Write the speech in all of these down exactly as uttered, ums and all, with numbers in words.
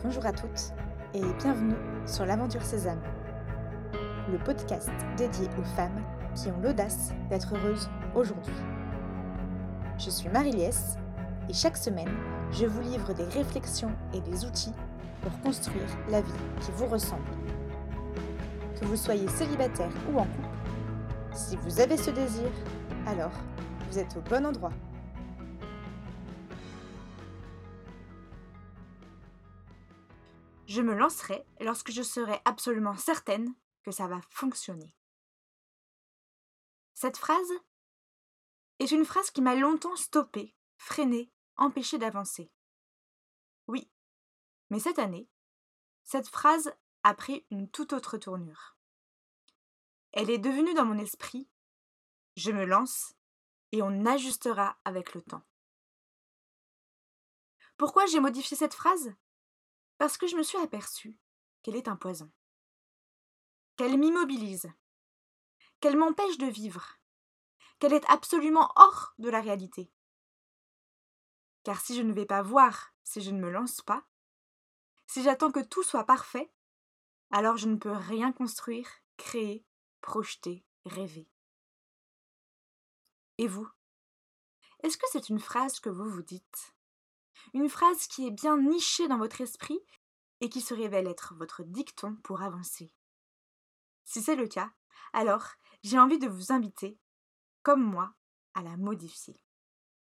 Bonjour à toutes et bienvenue sur l'Aventure Sésame, le podcast dédié aux femmes qui ont l'audace d'être heureuses aujourd'hui. Je suis Marie-Liesse et chaque semaine, je vous livre des réflexions et des outils pour construire la vie qui vous ressemble. Que vous soyez célibataire ou en couple, si vous avez ce désir, alors vous êtes au bon endroit. Je me lancerai lorsque je serai absolument certaine que ça va fonctionner. Cette phrase est une phrase qui m'a longtemps stoppée, freinée, empêchée d'avancer. Oui, mais cette année, cette phrase a pris une toute autre tournure. Elle est devenue dans mon esprit « je me lance et on ajustera avec le temps ». Pourquoi j'ai modifié cette phrase ? Parce que je me suis aperçue qu'elle est un poison, qu'elle m'immobilise, qu'elle m'empêche de vivre, qu'elle est absolument hors de la réalité. Car si je ne vais pas voir, si je ne me lance pas, si j'attends que tout soit parfait, alors je ne peux rien construire, créer, projeter, rêver. Et vous ? Est-ce que c'est une phrase que vous vous dites ? Une phrase qui est bien nichée dans votre esprit et qui se révèle être votre dicton pour avancer. Si c'est le cas, alors j'ai envie de vous inviter, comme moi, à la modifier. Pourquoi ?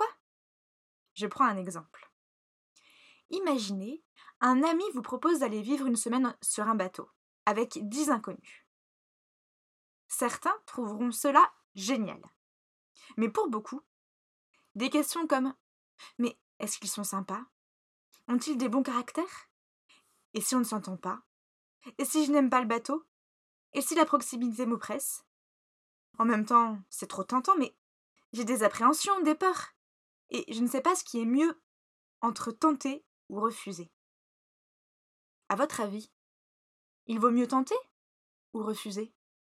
Je prends un exemple. Imaginez, un ami vous propose d'aller vivre une semaine sur un bateau, avec dix inconnus. Certains trouveront cela génial. Mais pour beaucoup, des questions comme « Mais est-ce qu'ils sont sympas ? Ont-ils des bons caractères ? Et si on ne s'entend pas ? Et si je n'aime pas le bateau ? Et si la proximité m'oppresse ? En même temps, c'est trop tentant, mais j'ai des appréhensions, des peurs. Et je ne sais pas ce qui est mieux entre tenter ou refuser. » À votre avis, il vaut mieux tenter ou refuser ?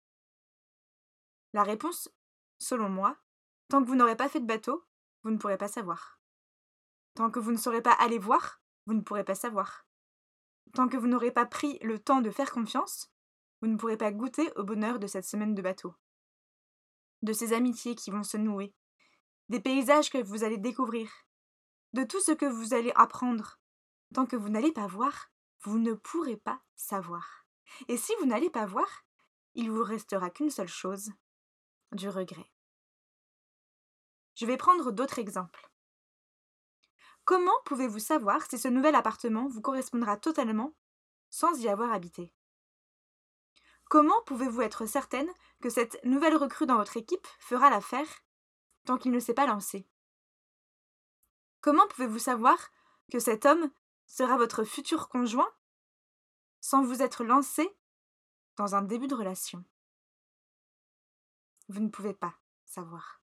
La réponse, selon moi, tant que vous n'aurez pas fait de bateau, vous ne pourrez pas savoir. Tant que vous ne saurez pas aller voir, vous ne pourrez pas savoir. Tant que vous n'aurez pas pris le temps de faire confiance, vous ne pourrez pas goûter au bonheur de cette semaine de bateau, de ces amitiés qui vont se nouer, des paysages que vous allez découvrir, de tout ce que vous allez apprendre. Tant que vous n'allez pas voir, vous ne pourrez pas savoir. Et si vous n'allez pas voir, il vous restera qu'une seule chose, du regret. Je vais prendre d'autres exemples. Comment pouvez-vous savoir si ce nouvel appartement vous correspondra totalement sans y avoir habité ? Comment pouvez-vous être certaine que cette nouvelle recrue dans votre équipe fera l'affaire tant qu'il ne s'est pas lancé ? Comment pouvez-vous savoir que cet homme sera votre futur conjoint sans vous être lancé dans un début de relation ? Vous ne pouvez pas savoir.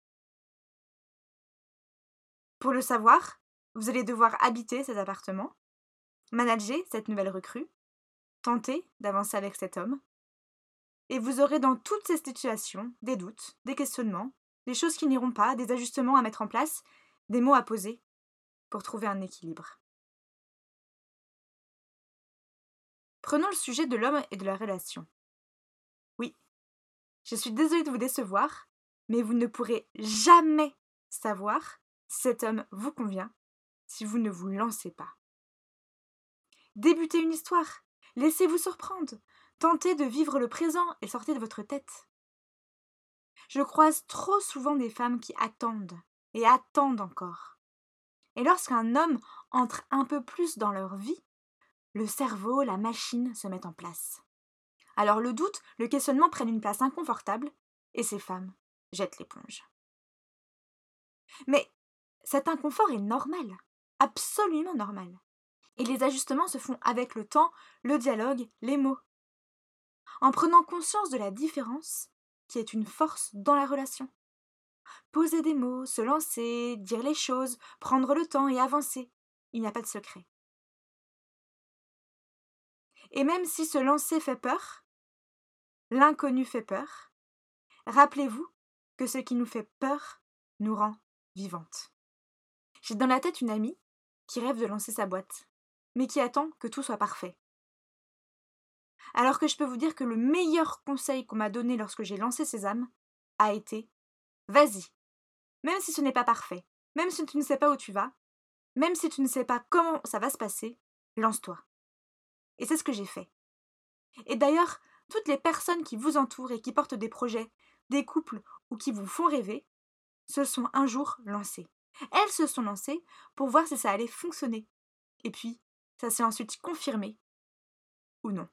Pour le savoir, vous allez devoir habiter cet appartement, manager cette nouvelle recrue, tenter d'avancer avec cet homme, et vous aurez dans toutes ces situations des doutes, des questionnements, des choses qui n'iront pas, des ajustements à mettre en place, des mots à poser pour trouver un équilibre. Prenons le sujet de l'homme et de la relation. Oui, je suis désolée de vous décevoir, mais vous ne pourrez jamais savoir si cet homme vous convient si vous ne vous lancez pas. Débutez une histoire, laissez-vous surprendre, tentez de vivre le présent et sortez de votre tête. Je croise trop souvent des femmes qui attendent et attendent encore. Et lorsqu'un homme entre un peu plus dans leur vie, le cerveau, la machine se mettent en place. Alors le doute, le questionnement prennent une place inconfortable et ces femmes jettent l'éponge. Mais cet inconfort est normal, absolument normal. Et les ajustements se font avec le temps, le dialogue, les mots. En prenant conscience de la différence qui est une force dans la relation. Poser des mots, se lancer, dire les choses, prendre le temps et avancer. Il n'y a pas de secret. Et même si se lancer fait peur, l'inconnu fait peur, rappelez-vous que ce qui nous fait peur nous rend vivantes. J'ai dans la tête une amie qui rêve de lancer sa boîte. mais qui attend que tout soit parfait. Alors que je peux vous dire que le meilleur conseil qu'on m'a donné lorsque j'ai lancé Sésame a été « Vas-y, même si ce n'est pas parfait, même si tu ne sais pas où tu vas, même si tu ne sais pas comment ça va se passer, lance-toi. » Et c'est ce que j'ai fait. Et d'ailleurs, toutes les personnes qui vous entourent et qui portent des projets, des couples ou qui vous font rêver, se sont un jour lancées. Elles se sont lancées pour voir si ça allait fonctionner. Et puis, ça s'est ensuite confirmé ou non.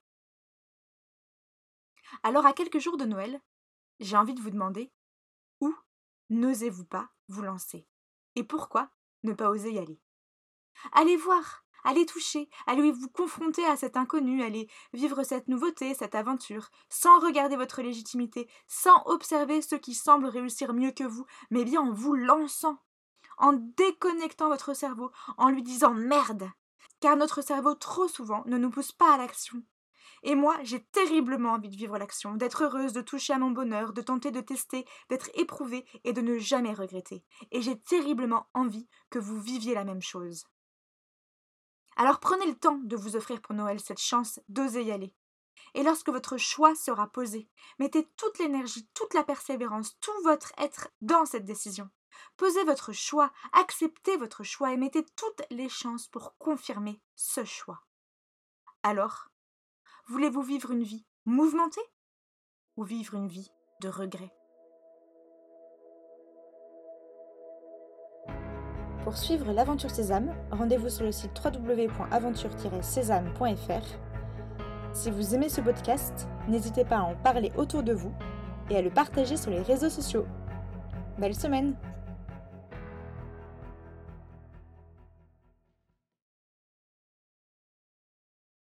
Alors, à quelques jours de Noël, j'ai envie de vous demander où n'osez-vous pas vous lancer? Et pourquoi ne pas oser y aller? Allez voir, allez toucher, allez vous confronter à cet inconnu, allez vivre cette nouveauté, cette aventure, sans regarder votre légitimité, sans observer ceux qui semblent réussir mieux que vous, mais bien en vous lançant, en déconnectant votre cerveau, en lui disant « merde !» Car notre cerveau, trop souvent, ne nous pousse pas à l'action. Et moi, j'ai terriblement envie de vivre l'action, d'être heureuse, de toucher à mon bonheur, de tenter de tester, d'être éprouvée et de ne jamais regretter. Et j'ai terriblement envie que vous viviez la même chose. Alors prenez le temps de vous offrir pour Noël cette chance d'oser y aller. Et lorsque votre choix sera posé, mettez toute l'énergie, toute la persévérance, tout votre être dans cette décision. Posez votre choix, acceptez votre choix et mettez toutes les chances pour confirmer ce choix. Alors, voulez-vous vivre une vie mouvementée ou vivre une vie de regret? Pour suivre l'aventure Sésame, rendez-vous sur le site w w w point aventure tiret sésame point f r. Si vous aimez ce podcast, n'hésitez pas à en parler autour de vous et à le partager sur les réseaux sociaux. Belle semaine!